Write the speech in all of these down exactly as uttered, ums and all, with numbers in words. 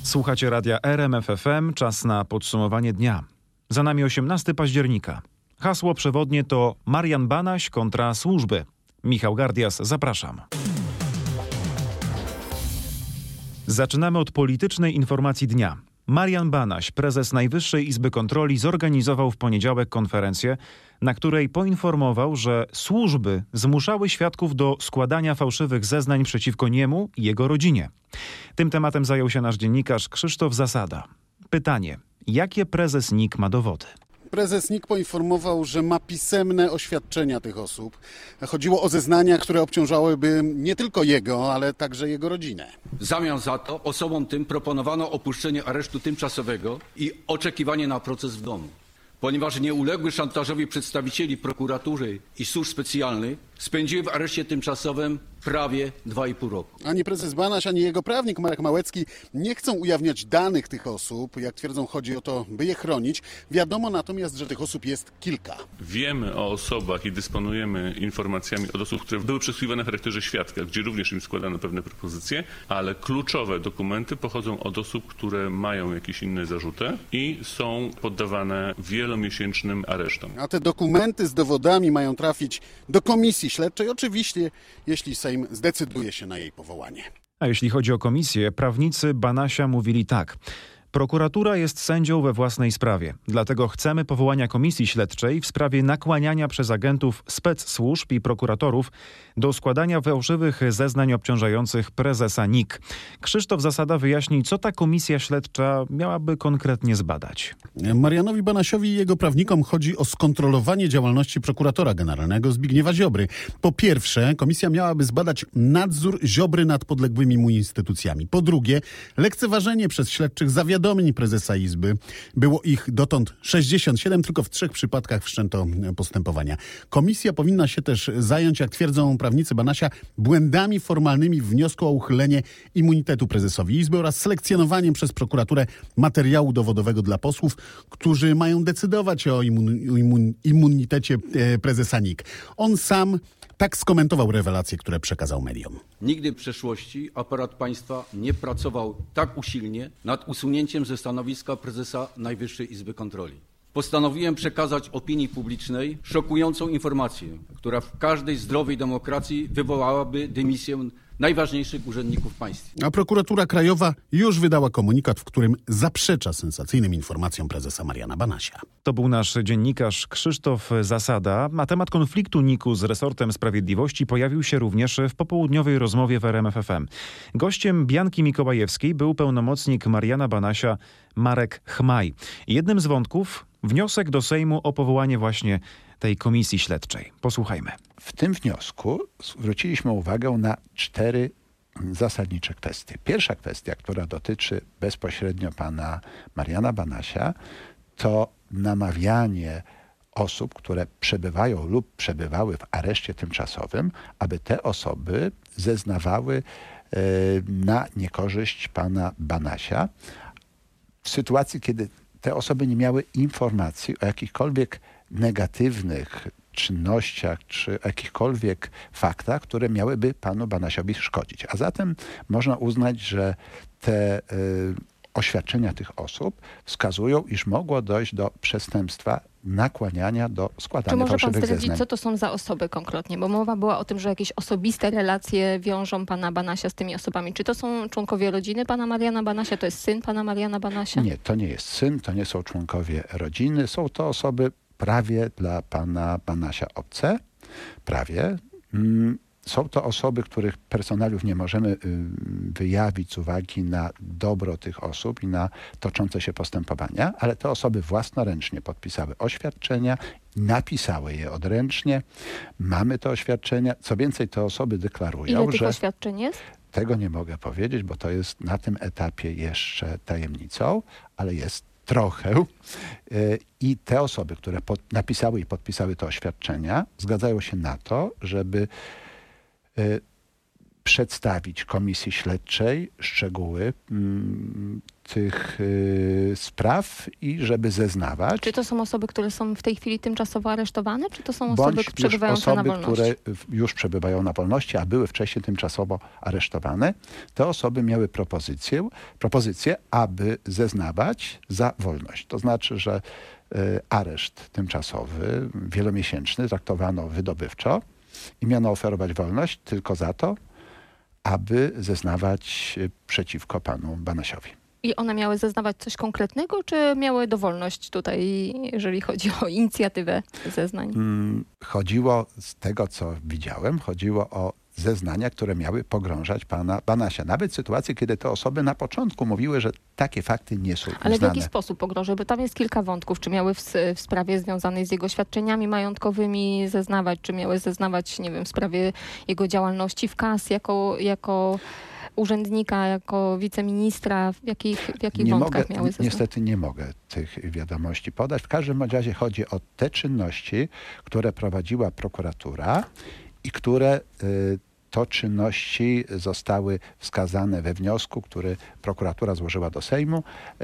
Słuchacie radia R M F F M, czas na podsumowanie dnia. Za nami osiemnastego października. Hasło przewodnie to Marian Banaś kontra służby. Michał Gardias, zapraszam. Zaczynamy od politycznej informacji dnia. Marian Banaś, prezes Najwyższej Izby Kontroli, zorganizował w poniedziałek konferencję, na której poinformował, że służby zmuszały świadków do składania fałszywych zeznań przeciwko niemu i jego rodzinie. Tym tematem zajął się nasz dziennikarz Krzysztof Zasada. Pytanie: jakie prezes N I K ma dowody? Prezes N I K poinformował, że ma pisemne oświadczenia tych osób. Chodziło o zeznania, które obciążałyby nie tylko jego, ale także jego rodzinę. W zamian za to osobom tym proponowano opuszczenie aresztu tymczasowego i oczekiwanie na proces w domu. Ponieważ nie uległy szantażowi przedstawicieli prokuratury i służb specjalnych, spędziły w areszcie tymczasowym prawie dwa i pół roku. Ani prezes Banaś, ani jego prawnik Marek Małecki nie chcą ujawniać danych tych osób. Jak twierdzą, chodzi o to, by je chronić. Wiadomo natomiast, że tych osób jest kilka. Wiemy o osobach i dysponujemy informacjami od osób, które były przesłuchiwane w charakterze świadka, gdzie również im składano pewne propozycje, ale kluczowe dokumenty pochodzą od osób, które mają jakieś inne zarzuty i są poddawane wielomiesięcznym aresztom. A te dokumenty z dowodami mają trafić do komisji śledczej, oczywiście jeśli Sejm zdecyduje się na jej powołanie. A jeśli chodzi o komisję, prawnicy Banasia mówili tak. Prokuratura jest sędzią we własnej sprawie, dlatego chcemy powołania komisji śledczej w sprawie nakłaniania przez agentów specsłużb i prokuratorów do składania fałszywych zeznań obciążających prezesa N I K. Krzysztof Zasada wyjaśni, co ta komisja śledcza miałaby konkretnie zbadać. Marianowi Banasiowi i jego prawnikom chodzi o skontrolowanie działalności prokuratora generalnego Zbigniewa Ziobry. Po pierwsze, komisja miałaby zbadać nadzór Ziobry nad podległymi mu instytucjami. Po drugie, lekceważenie przez śledczych zawiadomień prezesa Izby. Było ich dotąd sześćdziesiąt siedem, tylko w trzech przypadkach wszczęto postępowania. Komisja powinna się też zająć, jak twierdzą prawnicy Banasia, błędami formalnymi w wniosku o uchylenie immunitetu prezesowi Izby oraz selekcjonowaniem przez prokuraturę materiału dowodowego dla posłów, którzy mają decydować o immun, immun, immunitecie prezesa N I K. On sam tak skomentował rewelacje, które przekazał mediom. Nigdy w przeszłości aparat państwa nie pracował tak usilnie nad usunięciem ze stanowiska prezesa Najwyższej Izby Kontroli. Postanowiłem przekazać opinii publicznej szokującą informację, która w każdej zdrowej demokracji wywołałaby dymisję najważniejszych urzędników państwa. A prokuratura krajowa już wydała komunikat, w którym zaprzecza sensacyjnym informacjom prezesa Mariana Banasia. To był nasz dziennikarz Krzysztof Zasada. A temat konfliktu N I K-u z resortem sprawiedliwości pojawił się również w popołudniowej rozmowie w R M F F M. Gościem Bianki Mikołajewskiej był pełnomocnik Mariana Banasia Marek Chmaj. Jednym z wątków wniosek do Sejmu o powołanie właśnie tej komisji śledczej. Posłuchajmy. W tym wniosku zwróciliśmy uwagę na cztery zasadnicze kwestie. Pierwsza kwestia, która dotyczy bezpośrednio pana Mariana Banasia, to namawianie osób, które przebywają lub przebywały w areszcie tymczasowym, aby te osoby zeznawały e, na niekorzyść pana Banasia w sytuacji, kiedy te osoby nie miały informacji o jakichkolwiek negatywnych czynnościach czy jakichkolwiek faktach, które miałyby panu Banasiowi szkodzić. A zatem można uznać, że te y, oświadczenia tych osób wskazują, iż mogło dojść do przestępstwa nakłaniania do składania fałszywych zeznań. Czy może pan zdradzić, zeznań. co to są za osoby konkretnie? Bo mowa była o tym, że jakieś osobiste relacje wiążą pana Banasia z tymi osobami. Czy to są członkowie rodziny pana Mariana Banasia? To jest syn pana Mariana Banasia? Nie, to nie jest syn, to nie są członkowie rodziny. Są to osoby prawie dla pana Banasia obce. Prawie. Są to osoby, których personaliów nie możemy wyjawić z uwagi na dobro tych osób i na toczące się postępowania, ale te osoby własnoręcznie podpisały oświadczenia, napisały je odręcznie. Mamy te oświadczenia. Co więcej, te osoby deklarują, Ile że... tych oświadczeń jest? Tego nie mogę powiedzieć, bo to jest na tym etapie jeszcze tajemnicą, ale jest trochę. I te osoby, które pod, napisały i podpisały te oświadczenia, zgadzają się na to, żeby przedstawić Komisji Śledczej szczegóły mm, tych y, spraw i żeby zeznawać. Czy to są osoby, które są w tej chwili tymczasowo aresztowane, czy to są osoby Bądź przebywające osoby, na wolności? które już przebywają na wolności, a były wcześniej tymczasowo aresztowane. Te osoby miały propozycję, propozycję, aby zeznawać za wolność. To znaczy, że y, areszt tymczasowy, wielomiesięczny traktowano wydobywczo i miano oferować wolność tylko za to, aby zeznawać przeciwko panu Banasiowi. I one miały zeznawać coś konkretnego, czy miały dowolność tutaj, jeżeli chodzi o inicjatywę zeznań? Chodziło, z tego co widziałem, chodziło o zeznania, które miały pogrążać pana Banasia. Nawet w sytuacji, kiedy te osoby na początku mówiły, że takie fakty nie są uznane. Ale w jaki sposób pogrążały? Bo tam jest kilka wątków. Czy miały w, w sprawie związanej z jego świadczeniami majątkowymi zeznawać, czy miały zeznawać, nie wiem, w sprawie jego działalności w K A S jako... jako urzędnika, jako wiceministra, w jakich, w jakich nie wątkach mogę, miały zeznać? Niestety nie mogę tych wiadomości podać. W każdym razie chodzi o te czynności, które prowadziła prokuratura i które y, to czynności zostały wskazane we wniosku, który prokuratura złożyła do Sejmu y,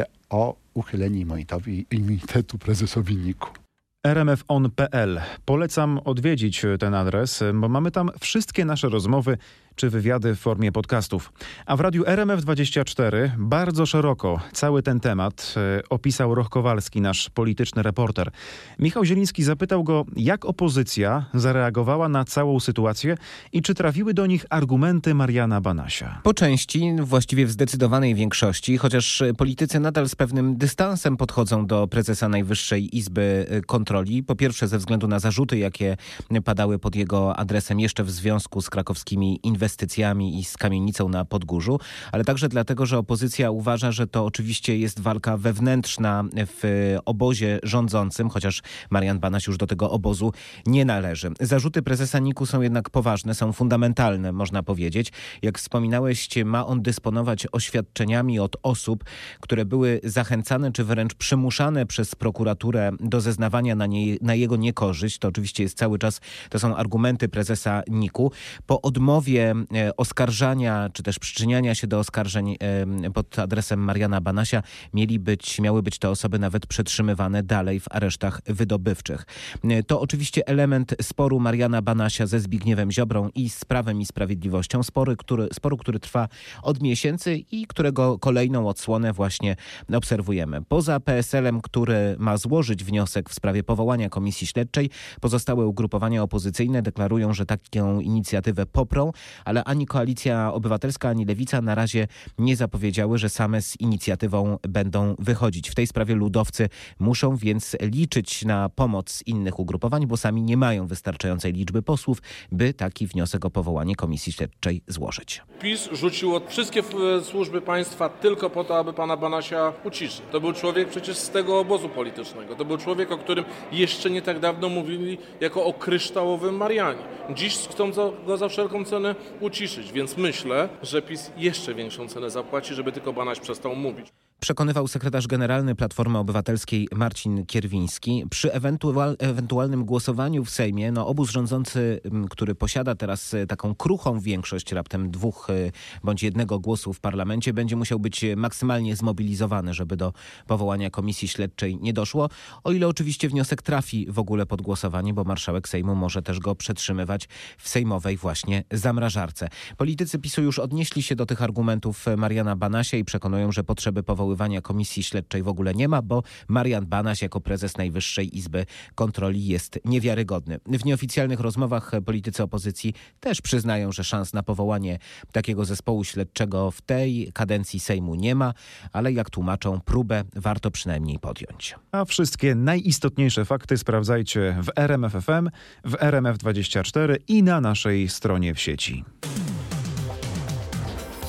o uchylenie immunitetu prezesowi niku. r m f on kropka p l. Polecam odwiedzić ten adres, bo mamy tam wszystkie nasze rozmowy czy wywiady w formie podcastów. A w radiu R M F dwadzieścia cztery bardzo szeroko cały ten temat e, opisał Roch Kowalski, nasz polityczny reporter. Michał Zieliński zapytał go, jak opozycja zareagowała na całą sytuację i czy trafiły do nich argumenty Mariana Banasia. Po części, właściwie w zdecydowanej większości, chociaż politycy nadal z pewnym dystansem podchodzą do prezesa Najwyższej Izby Kontroli. Po pierwsze ze względu na zarzuty, jakie padały pod jego adresem jeszcze w związku z krakowskimi inwestycjami i z kamienicą na Podgórzu, ale także dlatego, że opozycja uważa, że to oczywiście jest walka wewnętrzna w obozie rządzącym, chociaż Marian Banaś już do tego obozu nie należy. Zarzuty prezesa niku są jednak poważne, są fundamentalne, można powiedzieć. Jak wspominałeś, ma on dysponować oświadczeniami od osób, które były zachęcane czy wręcz przymuszane przez prokuraturę do zeznawania na, nie, na jego niekorzyść. To oczywiście jest cały czas, to są argumenty prezesa niku. Po odmowie oskarżania, czy też przyczyniania się do oskarżeń pod adresem Mariana Banasia mieli być, miały być te osoby nawet przetrzymywane dalej w aresztach wydobywczych. To oczywiście element sporu Mariana Banasia ze Zbigniewem Ziobrą i z Prawem i Sprawiedliwością. Spory, który, sporu, który trwa od miesięcy i którego kolejną odsłonę właśnie obserwujemy. Poza P S L-em, który ma złożyć wniosek w sprawie powołania komisji śledczej, pozostałe ugrupowania opozycyjne deklarują, że taką inicjatywę poprą, ale ani Koalicja Obywatelska, ani Lewica na razie nie zapowiedziały, że same z inicjatywą będą wychodzić. W tej sprawie ludowcy muszą więc liczyć na pomoc innych ugrupowań, bo sami nie mają wystarczającej liczby posłów, by taki wniosek o powołanie komisji śledczej złożyć. PiS rzuciło wszystkie służby państwa tylko po to, aby pana Banasia uciszyć. To był człowiek przecież z tego obozu politycznego. To był człowiek, o którym jeszcze nie tak dawno mówili jako o kryształowym Marianie. Dziś chcą go za wszelką cenę uciszyć, więc myślę, że PiS jeszcze większą cenę zapłaci, żeby tylko Banaś przestał mówić. Przekonywał sekretarz generalny Platformy Obywatelskiej Marcin Kierwiński. Przy ewentual, ewentualnym głosowaniu w Sejmie, no obóz rządzący, który posiada teraz taką kruchą większość, raptem dwóch bądź jednego głosu w parlamencie, będzie musiał być maksymalnie zmobilizowany, żeby do powołania komisji śledczej nie doszło. O ile oczywiście wniosek trafi w ogóle pod głosowanie, bo marszałek Sejmu może też go przetrzymywać w sejmowej właśnie zamrażarce. Politycy PiSu już odnieśli się do tych argumentów Mariana Banasia i przekonują, że potrzeby powołania komisji śledczej w ogóle nie ma, bo Marian Banaś jako prezes Najwyższej Izby Kontroli jest niewiarygodny. W nieoficjalnych rozmowach politycy opozycji też przyznają, że szans na powołanie takiego zespołu śledczego w tej kadencji Sejmu nie ma, ale jak tłumaczą, próbę warto przynajmniej podjąć. A wszystkie najistotniejsze fakty sprawdzajcie w R M F F M, w R M F dwadzieścia cztery i na naszej stronie w sieci.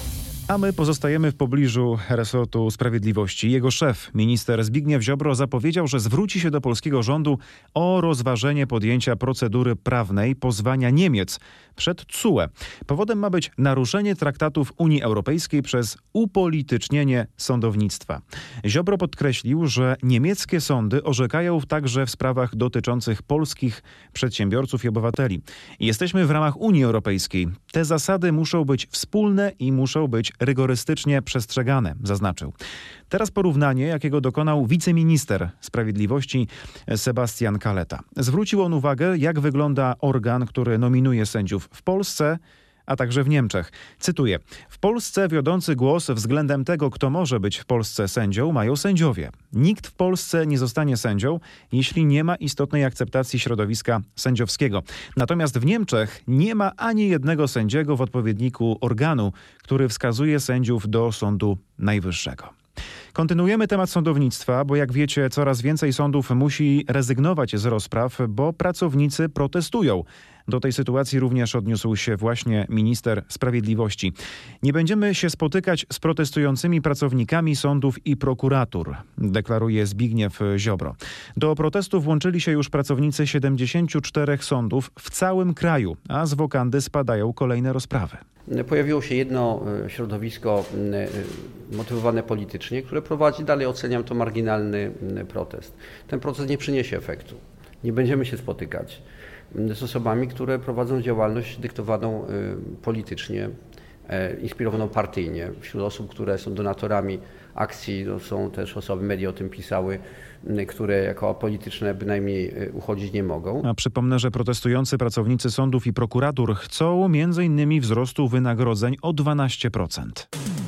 A my pozostajemy w pobliżu resortu sprawiedliwości. Jego szef, minister Zbigniew Ziobro, zapowiedział, że zwróci się do polskiego rządu o rozważenie podjęcia procedury prawnej pozwania Niemiec przed T S U E. Powodem ma być naruszenie traktatów Unii Europejskiej przez upolitycznienie sądownictwa. Ziobro podkreślił, że niemieckie sądy orzekają także w sprawach dotyczących polskich przedsiębiorców i obywateli. Jesteśmy w ramach Unii Europejskiej. Te zasady muszą być wspólne i muszą być rygorystycznie przestrzegane, zaznaczył. Teraz porównanie, jakiego dokonał wiceminister sprawiedliwości Sebastian Kaleta. Zwrócił on uwagę, jak wygląda organ, który nominuje sędziów w Polsce, a także w Niemczech. Cytuję. W Polsce wiodący głos względem tego, kto może być w Polsce sędzią, mają sędziowie. Nikt w Polsce nie zostanie sędzią, jeśli nie ma istotnej akceptacji środowiska sędziowskiego. Natomiast w Niemczech nie ma ani jednego sędziego w odpowiedniku organu, który wskazuje sędziów do Sądu Najwyższego. Kontynuujemy temat sądownictwa, bo jak wiecie, coraz więcej sądów musi rezygnować z rozpraw, bo pracownicy protestują. Do tej sytuacji również odniósł się właśnie minister sprawiedliwości. Nie będziemy się spotykać z protestującymi pracownikami sądów i prokuratur, deklaruje Zbigniew Ziobro. Do protestu włączyli się już pracownicy siedemdziesięciu czterech sądów w całym kraju, a z wokandy spadają kolejne rozprawy. Pojawiło się jedno środowisko motywowane politycznie, które prowadzi, dalej oceniam to, marginalny protest. Ten protest nie przyniesie efektu. Nie będziemy się spotykać z osobami, które prowadzą działalność dyktowaną politycznie, inspirowaną partyjnie. Wśród osób, które są donatorami akcji, to są też osoby, media o tym pisały, które jako apolityczne bynajmniej uchodzić nie mogą. A przypomnę, że protestujący pracownicy sądów i prokuratur chcą między innymi wzrostu wynagrodzeń o dwanaście procent.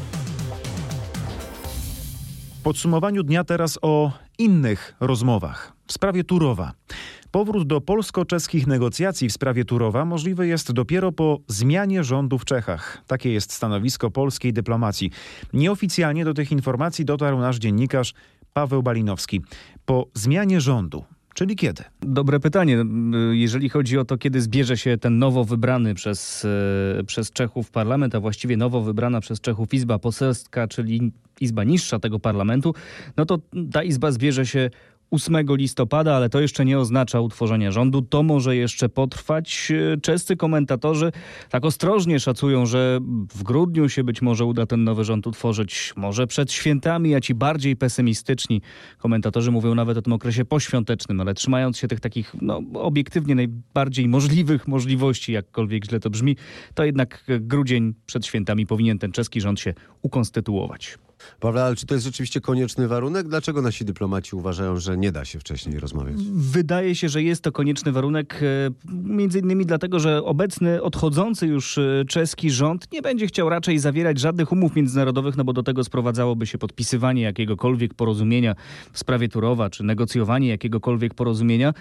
W podsumowaniu dnia teraz o innych rozmowach. W sprawie Turowa. Powrót do polsko-czeskich negocjacji w sprawie Turowa możliwy jest dopiero po zmianie rządu w Czechach. Takie jest stanowisko polskiej dyplomacji. Nieoficjalnie do tych informacji dotarł nasz dziennikarz Paweł Balinowski. Po zmianie rządu. Czyli kiedy? Dobre pytanie. Jeżeli chodzi o to, kiedy zbierze się ten nowo wybrany przez, przez Czechów parlament, a właściwie nowo wybrana przez Czechów Izba Poselska, czyli Izba niższa tego parlamentu, no to ta Izba zbierze się ósmego listopada, ale to jeszcze nie oznacza utworzenia rządu. To może jeszcze potrwać. Czescy komentatorzy tak ostrożnie szacują, że w grudniu się być może uda ten nowy rząd utworzyć. Może przed świętami, a ci bardziej pesymistyczni komentatorzy mówią nawet o tym okresie poświątecznym, ale trzymając się tych takich no, obiektywnie najbardziej możliwych możliwości, jakkolwiek źle to brzmi, to jednak grudzień przed świętami powinien ten czeski rząd się ukonstytuować. Pawle, ale czy to jest rzeczywiście konieczny warunek? Dlaczego nasi dyplomaci uważają, że nie da się wcześniej rozmawiać? Wydaje się, że jest to konieczny warunek, między innymi dlatego, że obecny, odchodzący już czeski rząd nie będzie chciał raczej zawierać żadnych umów międzynarodowych, no bo do tego sprowadzałoby się podpisywanie jakiegokolwiek porozumienia w sprawie Turowa, czy negocjowanie jakiegokolwiek porozumienia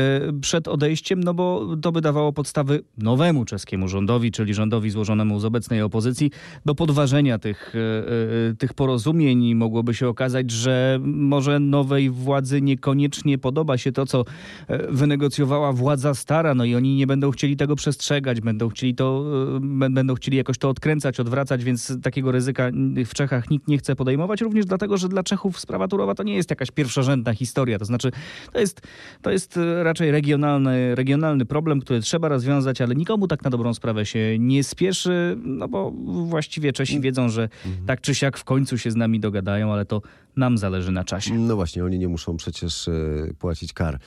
przed odejściem, no bo to by dawało podstawy nowemu czeskiemu rządowi, czyli rządowi złożonemu z obecnej opozycji, do podważenia tych, tych porozumień. porozumień. Mogłoby się okazać, że może nowej władzy niekoniecznie podoba się to, co wynegocjowała władza stara, no i oni nie będą chcieli tego przestrzegać, będą chcieli to, będą chcieli jakoś to odkręcać, odwracać, więc takiego ryzyka w Czechach nikt nie chce podejmować, również dlatego, że dla Czechów sprawa Turowa to nie jest jakaś pierwszorzędna historia, to znaczy to jest, to jest raczej regionalny, regionalny problem, który trzeba rozwiązać, ale nikomu tak na dobrą sprawę się nie spieszy, no bo właściwie Czesi wiedzą, że tak czy siak w końcu się z nami dogadają, ale to nam zależy na czasie. No właśnie, oni nie muszą przecież płacić kar.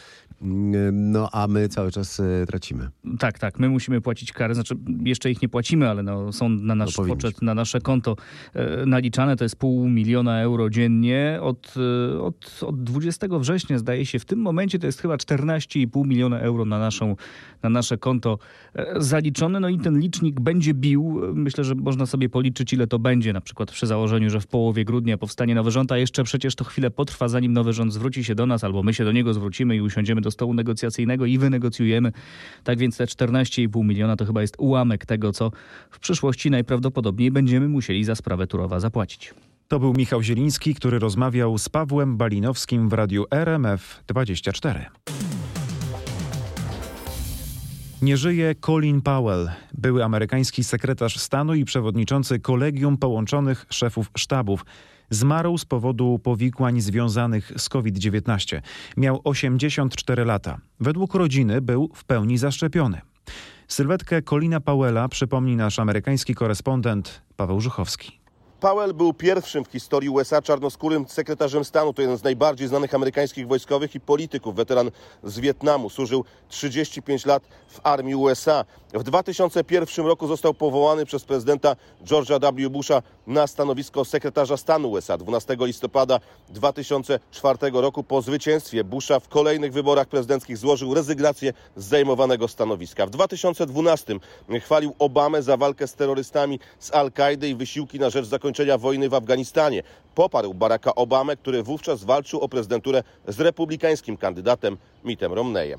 No a my cały czas tracimy. Tak, tak, my musimy płacić kary, znaczy jeszcze ich nie płacimy, ale no, są na nasz no poczet, na nasze konto e, naliczane, to jest pół miliona euro dziennie. Od, od, od dwudziestego września zdaje się, w tym momencie to jest chyba czternaście i pół miliona euro na, naszą, na nasze konto e, zaliczone. No i ten licznik będzie bił. Myślę, że można sobie policzyć, ile to będzie, na przykład przy założeniu, że w połowie grudnia powstanie nowy rząd, a jeszcze przecież to chwilę potrwa, zanim nowy rząd zwróci się do nas, albo my się do niego zwrócimy i usiądziemy do stołu negocjacyjnego i wynegocjujemy. Tak więc te czternaście i pół miliona to chyba jest ułamek tego, co w przyszłości najprawdopodobniej będziemy musieli za sprawę Turowa zapłacić. To był Michał Zieliński, który rozmawiał z Pawłem Balinowskim w radiu R M F dwadzieścia cztery. Nie żyje Colin Powell, były amerykański sekretarz stanu i przewodniczący Kolegium Połączonych Szefów Sztabów. Zmarł z powodu powikłań związanych z kowid dziewiętnaście. Miał osiemdziesiąt cztery lata. Według rodziny był w pełni zaszczepiony. Sylwetkę Colina Powella przypomni nasz amerykański korespondent Paweł Żuchowski. Powell był pierwszym w historii U S A czarnoskórym sekretarzem stanu. To jeden z najbardziej znanych amerykańskich wojskowych i polityków. Weteran z Wietnamu. Służył trzydzieści pięć lat w armii U S A. W dwa tysiące pierwszym roku został powołany przez prezydenta George'a W. Busha na stanowisko sekretarza stanu U S A. dwunastego listopada dwa tysiące czwartego roku po zwycięstwie Busha w kolejnych wyborach prezydenckich złożył rezygnację z zajmowanego stanowiska. W dwa tysiące dwunastym chwalił Obamę za walkę z terrorystami z Al-Kaidy i wysiłki na rzecz zakończenia wojny w Afganistanie. Poparł Baracka Obamę, który wówczas walczył o prezydenturę z republikańskim kandydatem Mittem Romneyem.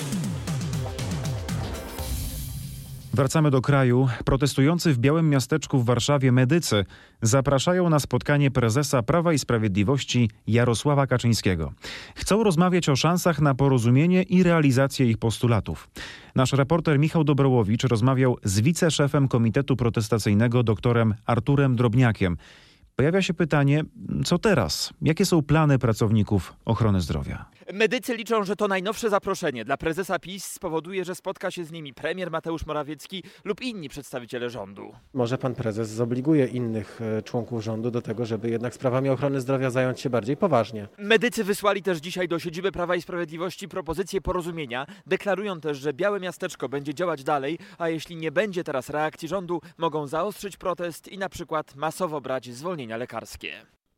Wracamy do kraju. Protestujący w Białym Miasteczku w Warszawie medycy zapraszają na spotkanie prezesa Prawa i Sprawiedliwości Jarosława Kaczyńskiego. Chcą rozmawiać o szansach na porozumienie i realizację ich postulatów. Nasz reporter Michał Dobrołowicz rozmawiał z wiceszefem Komitetu Protestacyjnego doktorem Arturem Drobniakiem. Pojawia się pytanie, co teraz? Jakie są plany pracowników ochrony zdrowia? Medycy liczą, że to najnowsze zaproszenie dla prezesa PiS spowoduje, że spotka się z nimi premier Mateusz Morawiecki lub inni przedstawiciele rządu. Może pan prezes zobliguje innych członków rządu do tego, żeby jednak sprawami ochrony zdrowia zająć się bardziej poważnie. Medycy wysłali też dzisiaj do siedziby Prawa i Sprawiedliwości propozycję porozumienia. Deklarują też, że Białe Miasteczko będzie działać dalej, a jeśli nie będzie teraz reakcji rządu, mogą zaostrzyć protest i na przykład masowo brać zwolnienia lekarskie.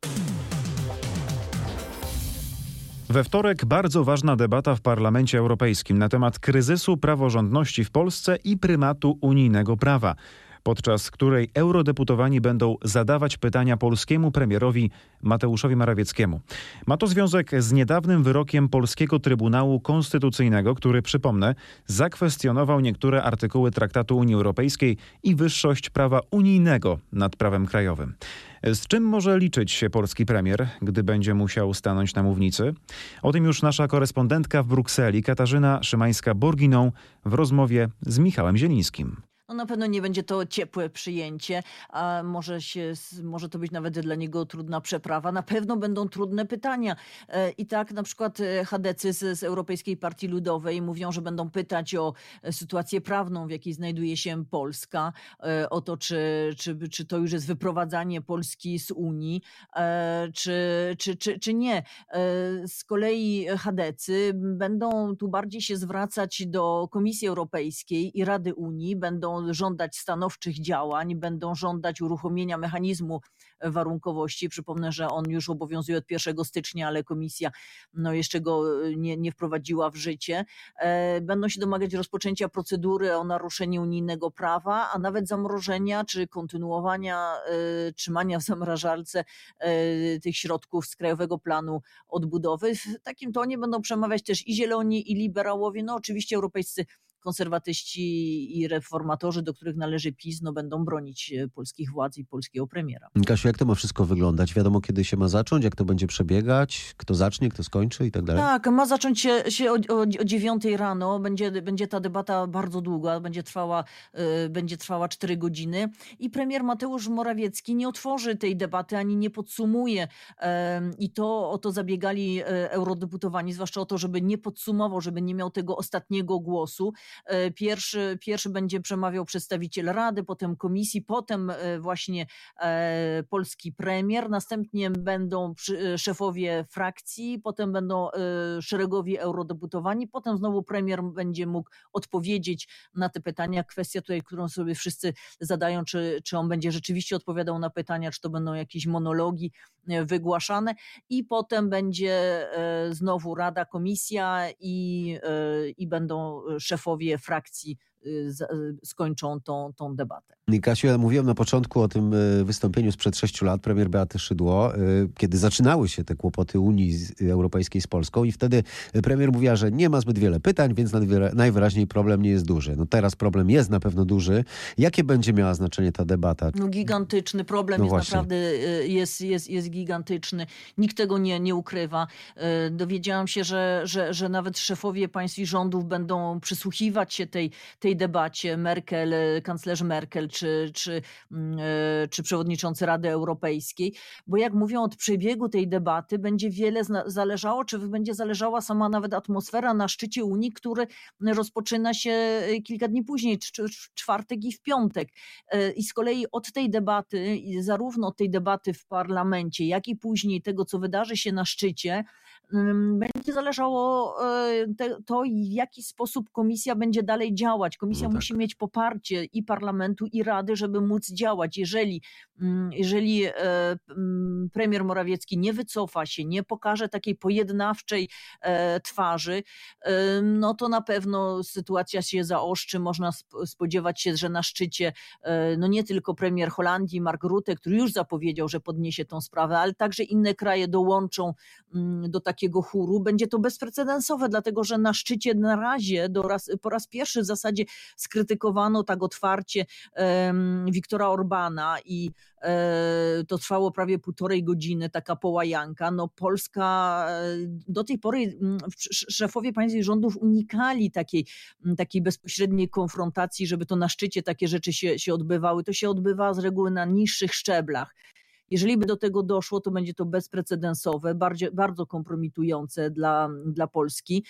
We wtorek bardzo ważna debata w Parlamencie Europejskim na temat kryzysu praworządności w Polsce i prymatu unijnego prawa, podczas której eurodeputowani będą zadawać pytania polskiemu premierowi Mateuszowi Morawieckiemu. Ma to związek z niedawnym wyrokiem polskiego Trybunału Konstytucyjnego, który, przypomnę, zakwestionował niektóre artykuły Traktatu Unii Europejskiej i wyższość prawa unijnego nad prawem krajowym. Z czym może liczyć się polski premier, gdy będzie musiał stanąć na mównicy? O tym już nasza korespondentka w Brukseli, Katarzyna Szymańska-Borginą, w rozmowie z Michałem Zielińskim. No na pewno nie będzie to ciepłe przyjęcie, a może, się, może to być nawet dla niego trudna przeprawa. Na pewno będą trudne pytania. I tak na przykład chadecy z, z Europejskiej Partii Ludowej mówią, że będą pytać o sytuację prawną, w jakiej znajduje się Polska, o to, czy, czy, czy to już jest wyprowadzanie Polski z Unii, czy, czy, czy, czy nie. Z kolei chadecy będą tu bardziej się zwracać do Komisji Europejskiej i Rady Unii, będą żądać stanowczych działań, będą żądać uruchomienia mechanizmu warunkowości. Przypomnę, że on już obowiązuje od pierwszego stycznia, ale komisja no jeszcze go nie, nie wprowadziła w życie. Będą się domagać rozpoczęcia procedury o naruszenie unijnego prawa, a nawet zamrożenia czy kontynuowania e, trzymania w zamrażarce e, tych środków z Krajowego Planu Odbudowy. W takim tonie będą przemawiać też i zieloni, i liberałowie, no oczywiście europejscy konserwatyści i reformatorzy, do których należy PiS, no będą bronić polskich władz i polskiego premiera. Kasiu, jak to ma wszystko wyglądać? Wiadomo, kiedy się ma zacząć, jak to będzie przebiegać, kto zacznie, kto skończy i tak dalej? Tak, ma zacząć się, się o, o, o dziewiątej rano. Będzie, będzie ta debata bardzo długa, będzie trwała, y, będzie trwała cztery godziny i premier Mateusz Morawiecki nie otworzy tej debaty, ani nie podsumuje. Y, I to o to zabiegali y, eurodeputowani, zwłaszcza o to, żeby nie podsumował, żeby nie miał tego ostatniego głosu. Pierwszy, pierwszy będzie przemawiał przedstawiciel Rady, potem komisji, potem właśnie polski premier, następnie będą szefowie frakcji, potem będą szeregowi eurodeputowani, potem znowu premier będzie mógł odpowiedzieć na te pytania. Kwestia tutaj, którą sobie wszyscy zadają, czy, czy on będzie rzeczywiście odpowiadał na pytania, czy to będą jakieś monologi wygłaszane i potem będzie znowu Rada, komisja i, i będą szefowie frakcji skończą tą, tą debatę. Kasiu, ja mówiłem na początku o tym wystąpieniu sprzed sześciu lat premier Beaty Szydło, kiedy zaczynały się te kłopoty Unii Europejskiej z Polską i wtedy premier mówiła, że nie ma zbyt wiele pytań, więc najwyraźniej problem nie jest duży. No teraz problem jest na pewno duży. Jakie będzie miała znaczenie ta debata? No gigantyczny. Problem no jest właśnie. naprawdę jest, jest, jest gigantyczny. Nikt tego nie, nie ukrywa. Dowiedziałam się, że, że, że nawet szefowie państw i rządów będą przysłuchiwać się tej, tej debacie. Merkel, kanclerz Merkel czy, czy, czy przewodniczący Rady Europejskiej. Bo jak mówią, od przebiegu tej debaty będzie wiele zależało, czy będzie zależała sama nawet atmosfera na szczycie Unii, który rozpoczyna się kilka dni później, w czwartek i w piątek. I z kolei od tej debaty, zarówno od tej debaty w parlamencie, jak i później tego, co wydarzy się na szczycie, będzie zależało to, w jaki sposób komisja będzie dalej działać. Komisja no tak. musi mieć poparcie i parlamentu, i Rady, żeby móc działać. Jeżeli, jeżeli premier Morawiecki nie wycofa się, nie pokaże takiej pojednawczej twarzy, no to na pewno sytuacja się zaostrzy. Można spodziewać się, że na szczycie no nie tylko premier Holandii, Mark Rutte, który już zapowiedział, że podniesie tą sprawę, ale także inne kraje dołączą do takiego chóru. Będzie to bezprecedensowe, dlatego że na szczycie na razie do raz, po raz pierwszy w zasadzie skrytykowano tak otwarcie um, Viktora Orbana i e, to trwało prawie półtorej godziny, taka połajanka. No Polska do tej pory szefowie państw i rządów unikali takiej, takiej bezpośredniej konfrontacji, żeby to na szczycie takie rzeczy się, się odbywały. To się odbywa z reguły na niższych szczeblach. Jeżeli by do tego doszło, to będzie to bezprecedensowe, bardzo, bardzo kompromitujące dla, dla Polski.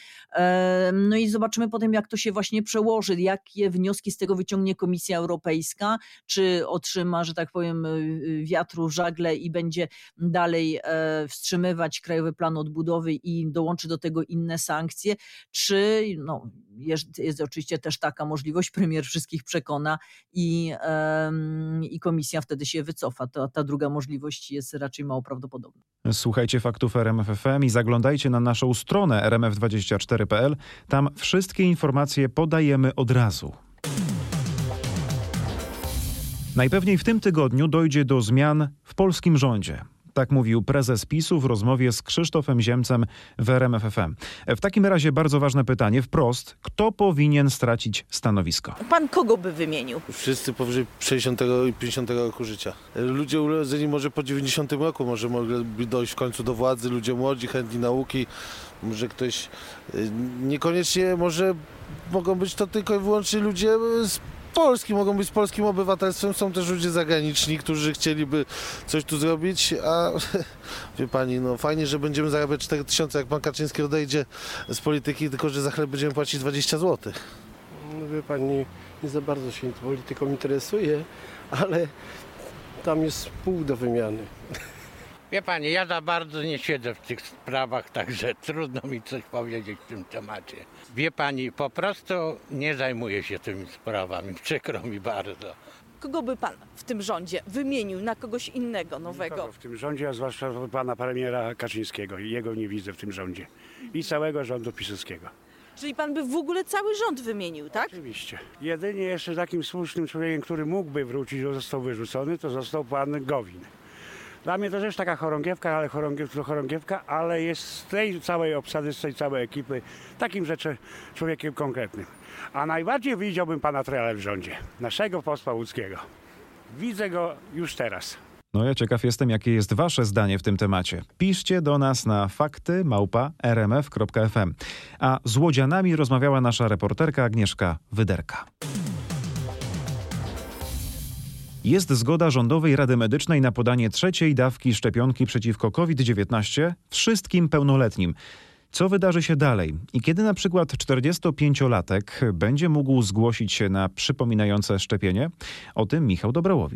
No i zobaczymy potem, jak to się właśnie przełoży, jakie wnioski z tego wyciągnie Komisja Europejska, czy otrzyma, że tak powiem, wiatru w żagle i będzie dalej wstrzymywać Krajowy Plan Odbudowy i dołączy do tego inne sankcje, czy no, jest, jest oczywiście też taka możliwość, premier wszystkich przekona i, i Komisja wtedy się wycofa. To, ta druga możliwość jest raczej mało prawdopodobna. Słuchajcie faktów R M F F M i zaglądajcie na naszą stronę r m f dwadzieścia cztery kropka p l. Tam wszystkie informacje podajemy od razu. Najpewniej w tym tygodniu dojdzie do zmian w polskim rządzie. Tak mówił prezes PiSu w rozmowie z Krzysztofem Ziemcem w R M F F M. W takim razie bardzo ważne pytanie wprost. Kto powinien stracić stanowisko? Pan kogo by wymienił? Wszyscy powyżej sześćdziesiątego i pięćdziesiątego roku życia. Ludzie urodzeni może po dziewięćdziesiątym roku, może mogliby dojść w końcu do władzy, ludzie młodzi, chętni nauki. Może ktoś, niekoniecznie może mogą być to tylko i wyłącznie ludzie z Polski, mogą być z polskim obywatelstwem, są też ludzie zagraniczni, którzy chcieliby coś tu zrobić, a wie pani, no fajnie, że będziemy zarabiać cztery tysiące, jak pan Kaczyński odejdzie z polityki, tylko że za chleb będziemy płacić dwadzieścia złotych. No wie pani, nie za bardzo się polityką interesuje, ale tam jest pół do wymiany. Wie pani, ja za bardzo nie siedzę w tych sprawach, także trudno mi coś powiedzieć w tym temacie. Wie pani, po prostu nie zajmuję się tymi sprawami, przykro mi bardzo. Kogo by pan w tym rządzie wymienił na kogoś innego, nowego? Nikogo w tym rządzie, a zwłaszcza pana premiera Kaczyńskiego. Jego nie widzę w tym rządzie. I całego rządu pisowskiego. Czyli pan by w ogóle cały rząd wymienił, tak? Oczywiście. Jedynie jeszcze takim słusznym człowiekiem, który mógłby wrócić, bo został wyrzucony, to został pan Gowin. Dla mnie to też taka chorągiewka, ale chorągiewka, chorągiewka, ale jest z tej całej obsady, z tej całej ekipy takim rzeczy człowiekiem konkretnym. A najbardziej widziałbym pana Trela w rządzie, naszego posła łódzkiego. Widzę go już teraz. No ja ciekaw jestem, jakie jest wasze zdanie w tym temacie. Piszcie do nas na fakty małpa r m f kropka f m. A z łodzianami rozmawiała nasza reporterka Agnieszka Wyderka. Jest zgoda Rządowej Rady Medycznej na podanie trzeciej dawki szczepionki przeciwko COVID dziewiętnaście wszystkim pełnoletnim. Co wydarzy się dalej i kiedy na przykład czterdziestopięciolatek będzie mógł zgłosić się na przypominające szczepienie? O tym Michał Dobrałowicz.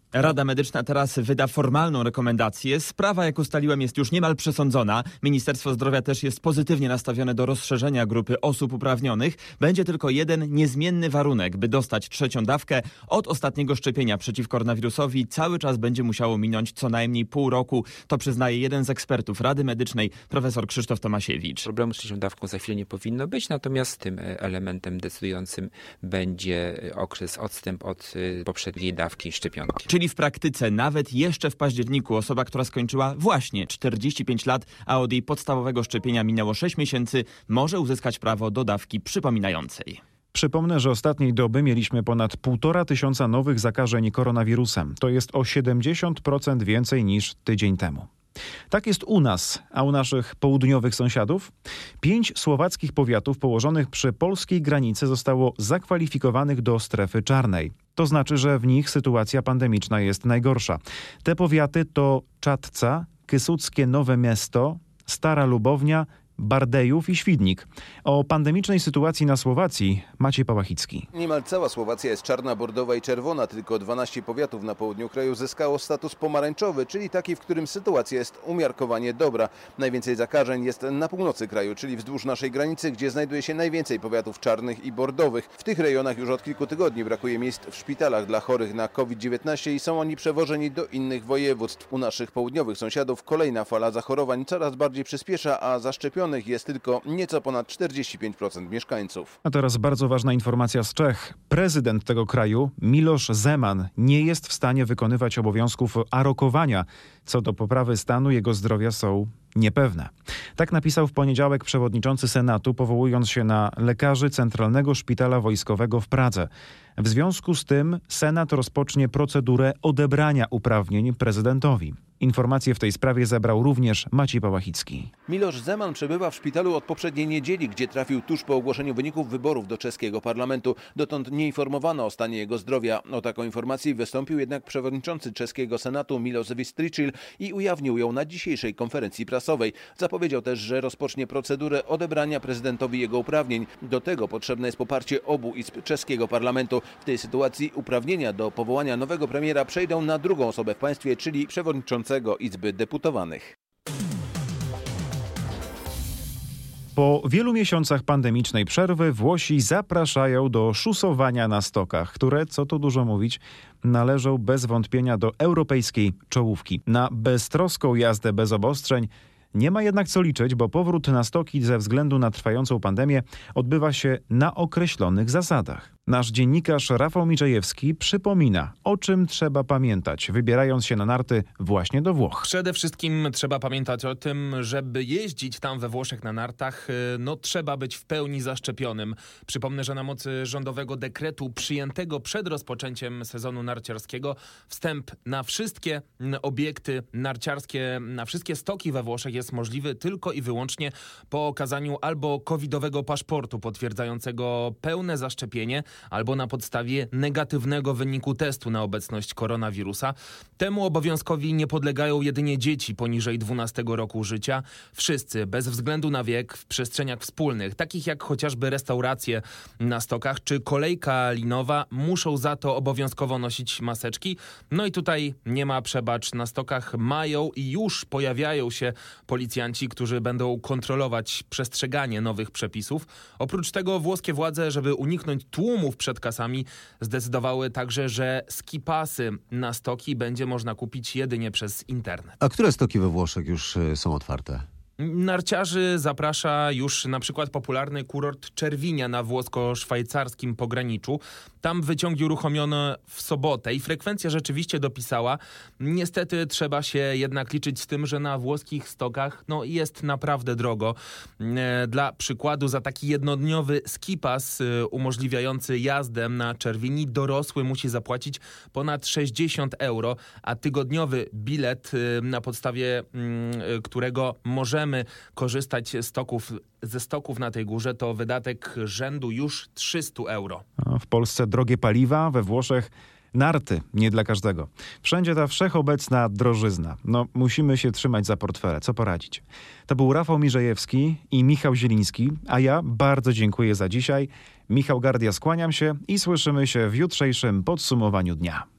Rada Medyczna teraz wyda formalną rekomendację. Sprawa, jak ustaliłem, jest już niemal przesądzona. Ministerstwo Zdrowia też jest pozytywnie nastawione do rozszerzenia grupy osób uprawnionych. Będzie tylko jeden niezmienny warunek, by dostać trzecią dawkę. Od ostatniego szczepienia przeciw koronawirusowi cały czas będzie musiało minąć co najmniej pół roku. To przyznaje jeden z ekspertów Rady Medycznej, profesor Krzysztof Tomasiewicz. Problemu z trzecią dawką za chwilę nie powinno być, natomiast tym elementem decydującym będzie okres odstęp od poprzedniej dawki szczepionki. Czyli w praktyce nawet jeszcze w październiku osoba, która skończyła właśnie czterdzieści pięć lat, a od jej podstawowego szczepienia minęło sześć miesięcy, może uzyskać prawo do dawki przypominającej. Przypomnę, że ostatniej doby mieliśmy ponad półtora tysiąca nowych zakażeń koronawirusem. To jest o siedemdziesiąt procent więcej niż tydzień temu. Tak jest u nas, a u naszych południowych sąsiadów? Pięć słowackich powiatów położonych przy polskiej granicy zostało zakwalifikowanych do strefy czarnej. To znaczy, że w nich sytuacja pandemiczna jest najgorsza. Te powiaty to Czadca, Kysuckie Nowe Miasto, Stara Lubownia, Bardejów i Świdnik. O pandemicznej sytuacji na Słowacji Maciej Pałachicki. Niemal cała Słowacja jest czarna, bordowa i czerwona. Tylko dwanaście powiatów na południu kraju zyskało status pomarańczowy, czyli taki, w którym sytuacja jest umiarkowanie dobra. Najwięcej zakażeń jest na północy kraju, czyli wzdłuż naszej granicy, gdzie znajduje się najwięcej powiatów czarnych i bordowych. W tych rejonach już od kilku tygodni brakuje miejsc w szpitalach dla chorych na COVID dziewiętnaście i są oni przewożeni do innych województw. U naszych południowych sąsiadów kolejna fala zachorowań coraz bardziej przyspiesza, a zaszczepionych jest tylko nieco ponad czterdzieści pięć procent mieszkańców. A teraz bardzo ważna informacja z Czech. Prezydent tego kraju, Miloš Zeman, nie jest w stanie wykonywać obowiązków a rokowania. Co do poprawy stanu jego zdrowia są niepewne. Tak napisał w poniedziałek przewodniczący Senatu, powołując się na lekarzy Centralnego Szpitala Wojskowego w Pradze. W związku z tym Senat rozpocznie procedurę odebrania uprawnień prezydentowi. Informacje w tej sprawie zebrał również Maciej Pałachicki. Miloš Zeman przebywa w szpitalu od poprzedniej niedzieli, gdzie trafił tuż po ogłoszeniu wyników wyborów do czeskiego parlamentu. Dotąd nie informowano o stanie jego zdrowia. O taką informację wystąpił jednak przewodniczący czeskiego Senatu Miloš Vystrčil i ujawnił ją na dzisiejszej konferencji prasowej. Zapowiedział też, że rozpocznie procedurę odebrania prezydentowi jego uprawnień. Do tego potrzebne jest poparcie obu izb czeskiego parlamentu. W tej sytuacji uprawnienia do powołania nowego premiera przejdą na drugą osobę w państwie, czyli przewodniczącego Izby Deputowanych. Po wielu miesiącach pandemicznej przerwy Włosi zapraszają do szusowania na stokach, które, co tu dużo mówić, należą bez wątpienia do europejskiej czołówki. Na beztroską jazdę bez obostrzeń nie ma jednak co liczyć, bo powrót na stoki ze względu na trwającą pandemię odbywa się na określonych zasadach. Nasz dziennikarz Rafał Miczajewski przypomina, o czym trzeba pamiętać, wybierając się na narty właśnie do Włoch. Przede wszystkim trzeba pamiętać o tym, żeby jeździć tam we Włoszech na nartach, no trzeba być w pełni zaszczepionym. Przypomnę, że na mocy rządowego dekretu przyjętego przed rozpoczęciem sezonu narciarskiego wstęp na wszystkie obiekty narciarskie, na wszystkie stoki we Włoszech jest możliwy tylko i wyłącznie po okazaniu albo covidowego paszportu potwierdzającego pełne zaszczepienie, albo na podstawie negatywnego wyniku testu na obecność koronawirusa. Temu obowiązkowi nie podlegają jedynie dzieci poniżej dwunastego roku życia. Wszyscy, bez względu na wiek, w przestrzeniach wspólnych, takich jak chociażby restauracje na stokach czy kolejka linowa, muszą za to obowiązkowo nosić maseczki. No i tutaj nie ma przebacz. Na stokach mają i już pojawiają się policjanci, którzy będą kontrolować przestrzeganie nowych przepisów. Oprócz tego włoskie władze, żeby uniknąć tłumów przed kasami, zdecydowały także, że skipasy na stoki będzie można kupić jedynie przez internet. A które stoki we Włoszech już są otwarte? Narciarzy zaprasza już na przykład popularny kurort Czerwinia na włosko-szwajcarskim pograniczu. Tam wyciągi uruchomiono w sobotę i frekwencja rzeczywiście dopisała. Niestety trzeba się jednak liczyć z tym, że na włoskich stokach no, jest naprawdę drogo. Dla przykładu za taki jednodniowy skipas umożliwiający jazdę na Czerwini dorosły musi zapłacić ponad sześćdziesiąt euro, a tygodniowy bilet, na podstawie którego możemy korzystać stoków, ze stoków na tej górze, to wydatek rzędu już trzysta euro. W Polsce drogie paliwa, we Włoszech narty, nie dla każdego. Wszędzie ta wszechobecna drożyzna. No, musimy się trzymać za portfele. Co poradzić? To był Rafał Mirzejewski i Michał Zieliński, a ja bardzo dziękuję za dzisiaj. Michał Gardia, skłaniam się i słyszymy się w jutrzejszym podsumowaniu dnia.